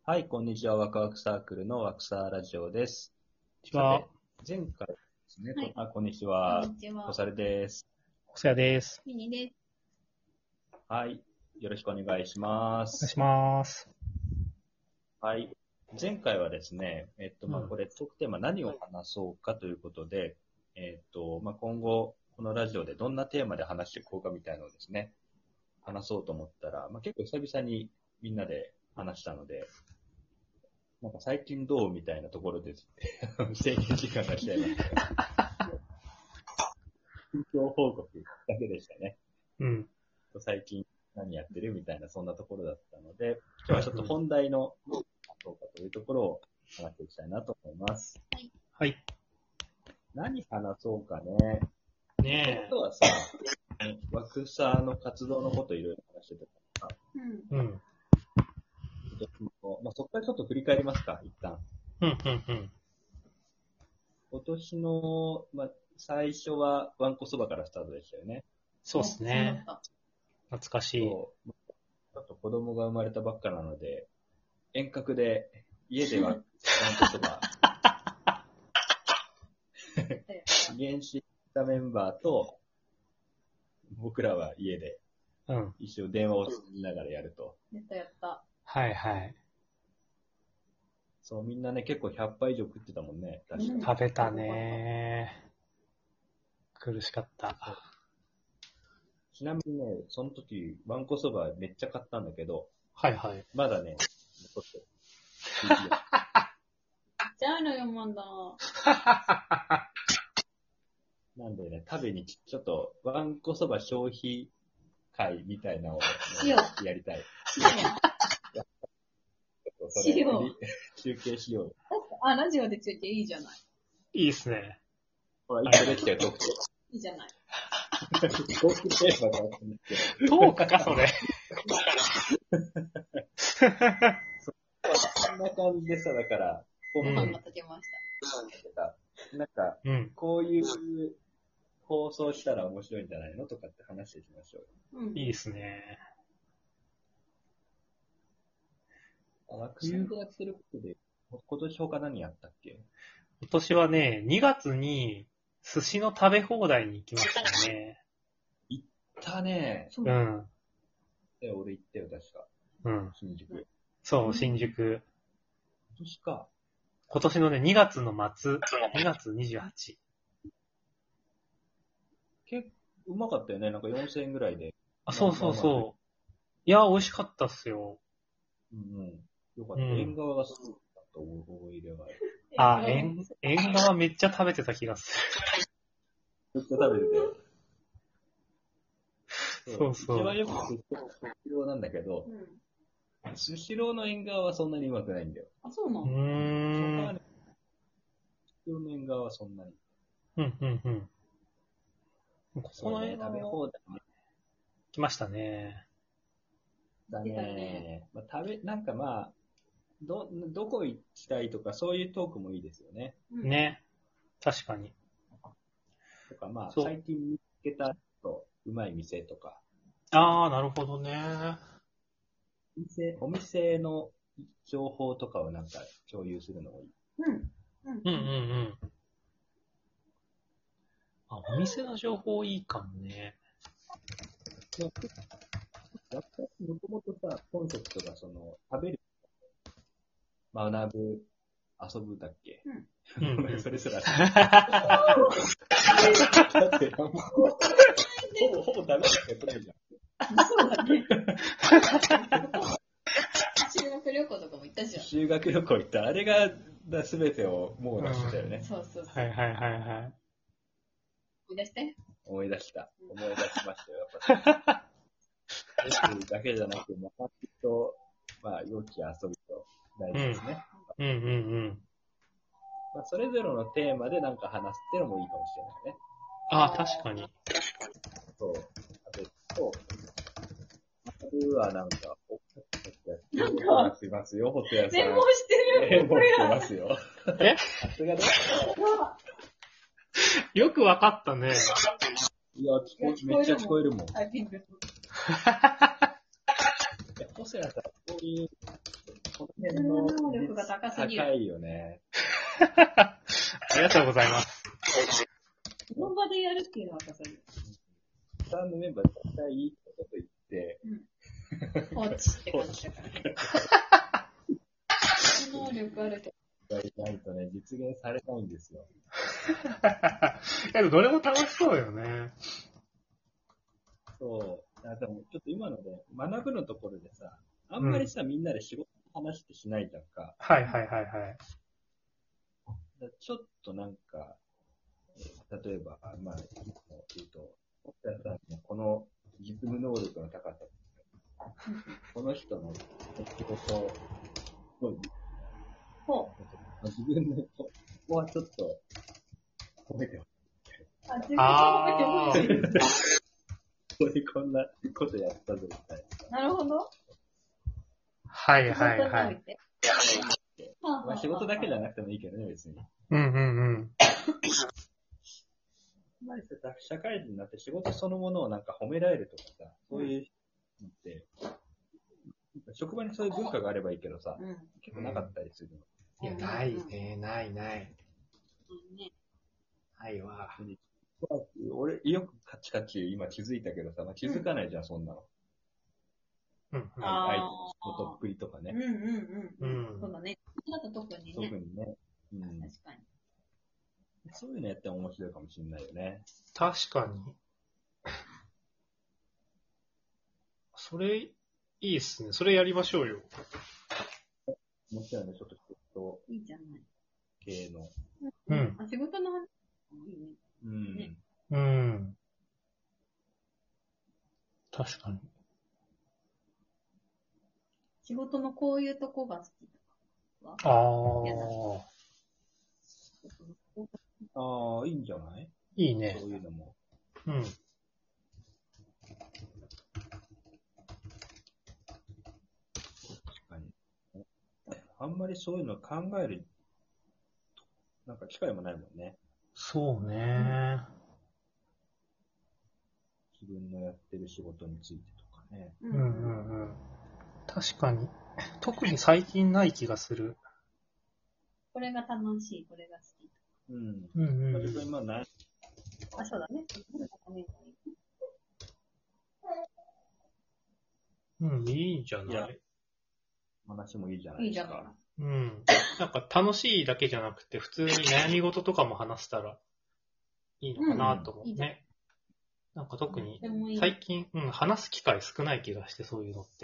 はい、こんにちは。ワクワクサークルのワクサーラジオです。 は、 前回ですね、 はいこんにちこは。 んにちは。 おさるです。 細谷です。 ミニです。 はい、よろしくお願いしまお願いしす。 ます。 はい、前回はですね、 うんこれ、トークテーマ何を話そうかということで、今後、このラジオでどんなテーマで話していこうかみたいなのをですね、話そうと思ったら、結構久々にみんなで話したので、なんか最近どうみたいなところです。制限時間が来ちゃいましたね。近況報告だけでしたね。 うん。 最近何やってるみたいな、そんなところだったので、今日はちょっと本題のどうかというところを話していきたいなと思います。 はい。 何話そうかね。 ねあとはさ、ワクサーの活動のこといろいろ話してたから、 うん。 え。うん。 そこからちょっと振り返りますか、一旦。 うん。うん。 今年の、最初はわんこそばからスタートでしたよね。 そうですね。懐かしい。 そうちょっと子供が生まれたばっかなので、遠隔で家ではわんこそば、原始したメンバーと、僕らは家でうん。 一緒電話をしながらやると。 やったやった。 はいはい。 そう、みんなね、結構100杯以上食ってたもんね、確かに。 食べたね。苦しかった。 ちなみにね、その時、わんこそばめっちゃ買ったんだけど、 はいはい。 まだね、残ってる。 ちゃうのよ、まだ。 なんでね、食べにちょっと、わんこそば消費会みたいなのを、 しよやりたい。 しよそれしよう中継しよう。 あ、ラジオで中継いいじゃない。 いいっすね。 ほら、一個できたよ、トークテーいいじゃない。 マ。トークテーマがあってんですけトークか、それ。 ど、こんな感じでさ、だから、 ごうん飯が炊けましなんか、 うん。 こういう放送したら面白いんじゃないのとかって話していきましょう。 た。うん。 いいっすね。 ワクチンでやってることで、今年他何やったっけ？ 今年はね、2月に寿司の食べ放題に行きましたね。 だね。 そううん。 俺行ったよ、確か。 うん。 新宿。 そう、新宿。 今年か。 今年のね、2月の末、2月28。 結構うまかったよね。なんか4000円ぐらいで。 あ、そうそうそう。いや、美味しかったっすよ。 うんうん。よかった。 うん縁側がすごかった思い出がある。 あ、縁側めっちゃ食べてた気がすずっと食べてて。 そうそう一番よく食ってるスシローなんだけどう、ん。 スシローの縁側はそんなにうまくないんだよ。 あ、そうなる。 のうーん。 スシローの縁側はそんなに。 うん。ここのね、 縁側食べ放題ね。 来ましたね。 だ出たねね。 なんかどこ行きたいとか、そういうトークもいいですよね。 うん。 ね。確かに。 とか、 そう最近見つけたうまい店とか、 あー、なるほどね。 お店の情報とかをなんか共有するのもいい。 うん。 うん。あ、お店の情報いいかもね。 やっぱりもともとさ、コンセプトが食べる、学ぶ、遊ぶだっけ？ うんごめん、それすら。だって、ほぼダメだってやってないじゃん。 そうだね。修学旅行とかも行ったじゃん。 修学旅行行った。あれが、全てをもう出してたよね。 そうそうそう。 はい。 思い出して。 思い出しましたよ。やっぱり。だけじゃなくて、学びと、良き遊びと大事ですね。 うん。 それぞれのテーマでなんか話すっていうのもいいかもしれないね。 あ、確かに。 そう。食べると、はなんか、話しますよ、ホテルさん。 全問してる。これしてや。 ますよ。 えさすがだ。 よくわかったね。 いや、めっちゃ聞こえるもん。 あ、ピンク。 細谷さん、こういうこ普通のの能力が高すぎる。 高いよね。 ありがとうございます。 その場でやるっていうのは高すぎる。 スターのメンバー絶対いいことと言って、 放置って感じだから。その能力あるけやりないとね、実現されないんですよ。 けど、どれも楽しそうよね。 そう。でも、ちょっと今ので、学ぶのところでさ、あんまりさ、みんなで仕事の話ってしないじゃんか。 はいはいはいはい。 ちょっとなんか、例えば、まあ、言うと、僕らさんのこの実務能力の高さ、この人の仕事の、 ほ自分の、ここはちょっと、褒めてほしい。 あ、自分の褒めてほしい。 こんなことやったぞ、みたいなるほど。 はいはいは仕事においい。 て。 な。まあ仕事だけじゃなくてもいいけどね、別に。 うんうんうん。 まあ、社会人になって仕事そのものをなんか褒められるとかさ、そういうのって、職場にそういう文化があればいいけどさ、結構なかったりするの。 いや、ないね、ないない。 ね。 ないわ。 俺、よくカチカチ今気づいたけどさ、まあ、気づかないじゃん、そんなの。 うんうん。 あ相手の仕事っぷりとかね。 うんそうだね。だと特にね。 特にね。うん。 確かに。 そういうのやっても面白いかもしれないよね。 確かに。それ、いいっすね。それやりましょうよ。 面白いね、ちょっと仕事いいじゃない。 系の。 うん。 あ、仕事の話。いいね。 うん。 ねうん。確かに。 仕事のこういうとこが好きとかあは。 あ。 ああ、いいんじゃないいいねそ。ういうのも。 うん。 確かに。あんまりそういうの考える、なんか機会もないもんね。 そうね。 自分のやってる仕事についてとかね。 ううんうんうん。確かに。特に最近ない気がする。 これが楽しい、これが好き。 うん。 うんまあ、別に今ない。 あ、そうだね。 うん、いいんじゃいやない？ 話もいいじゃないですか。 いいじゃない。 うん。なんか楽しいだけじゃなくて、普通に悩み事とかも話せたらいいのかなと思いいうじゃんね。なんか特にでもいい。 最近、話す機会少ない気がして、そういうのって。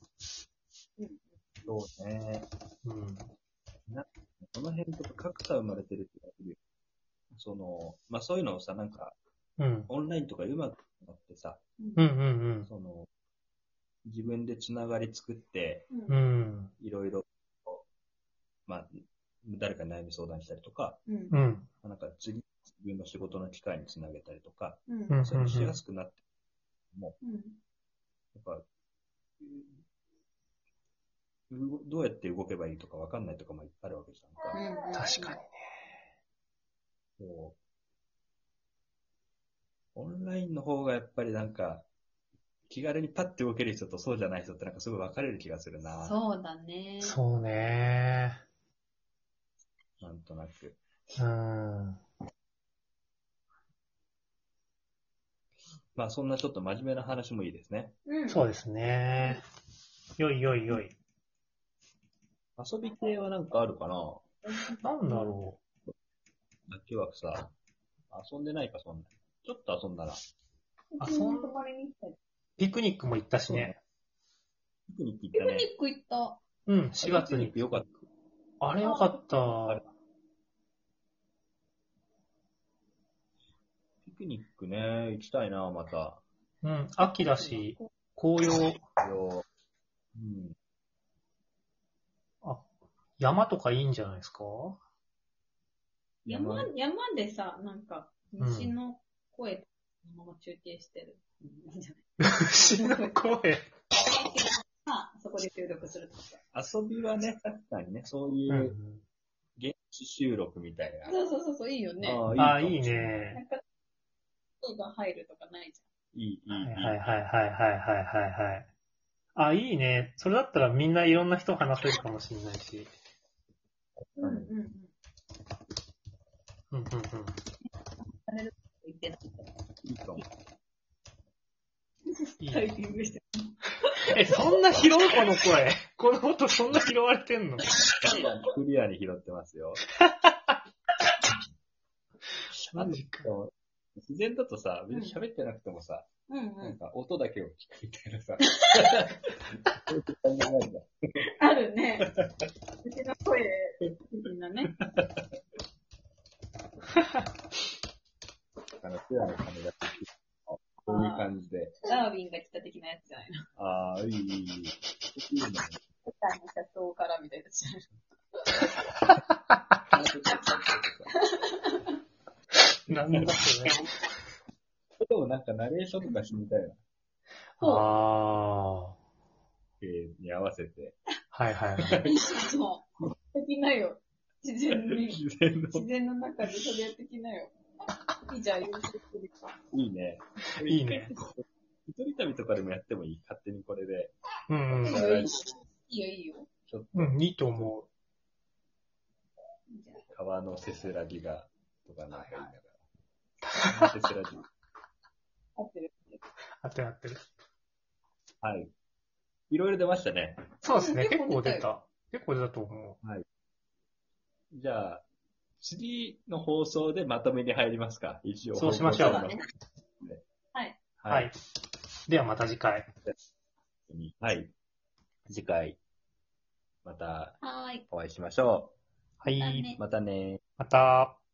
そうね。 うん。 この辺とか格差生まれてる気がするよ。まあそういうのをさ、なんか、 うん。 オンラインとかうまくなってさ、 うんうん自分でつながり作って、 うん。うん。 いろいろ、まあ、誰かに悩み相談したりとか、 うん。 なんか次、自分の仕事の機会につなげたりとか、 うんそういうのしやすくなっても、やっぱ、どうやって動けばいいとか分かんないとかもいっぱいあるわけじゃんか。 確かにね。 そうオンラインの方がやっぱりなんか、気軽にパッて動ける人とそうじゃない人ってなんかすごい分かれる気がするな。 そうだね。 そうね。 なんとなく。 うん。 まあそんなちょっと真面目な話もいいですね。 そうですね。よいよいよい。 遊び系はなんかあるかな？ なんだろだけはさ、遊んでないかそんな。ちょっと遊んだな。 泊まりに行ったり。 ピクニックも行ったしね。 ピクニック行っピクニたね。 ック行った。 うん、4月にピクニッ。クよかった。 あれよかった。 ピクニックね、行きたいな、また。 うん、秋だし、紅葉、 うん。 山とかいいんじゃないですか？ 山でさ、なんか、虫の声のまま中継してる。いいんじゃない牛の声。 そこで収録するとか。 遊びはね、確かにね、そうう。 いうん現地収録みたいな。 そう、いいよね。 あ、いいいいかもしれない。 ね。 なんか、音が入るとかないじいい。 はいはいはいはいはいはいはい。 あ、いいね。それだったらみんないろんな人話せるかもしれないし。 うんうんうん。 うんうんうん。 されると言ってない。 いいかも。 いいタイピングして。 そんな拾うこの声。この音そんな拾われてんの？ クリアに拾ってますよ。 マジか。 自然だとさ、別に喋ってなくてもさ、 うんうん。 なんか音だけを聞くみたいなさ、そういう感じなんだ。 あるね。うちの声、みんなね。 クリアの髪がこういう感じで。 ダーウィンが来た的なやつじゃないの。 ああ、いい、いい、いい。いいね。 世界の車窓からみたいなやつじゃないなんだそれ。 でもなんかナレーションとかしてみたいな。 あに合わせて。 はいはいはい。 そう。できなよ。自然に。 自然の。 自然の中でそれやってきなよ。いいじゃん、よろしくできた。 いいね。 いいね。 一人旅とかでもやってもいい。勝手にこれで。 うんうん。 いいよ、いいよ、いいよ。 ちょっとうん、いいと思う。 いいじゃん。 川のせせらぎが、とかなんか言いながら。せせらぎ。 合ってる。 合ってる合ってる。 はい。いろいろ出ましたね。 そうですね。 うん結構出結構た。結構出たと思じゃあ、次の放送でまとめに入りますか。一応。 そうしましょうそうだね。はい。 う。 は。 はいい。ではまた次回。 はい。次回、またはーい。 お会いしましょはい。 またねう。またね。 また。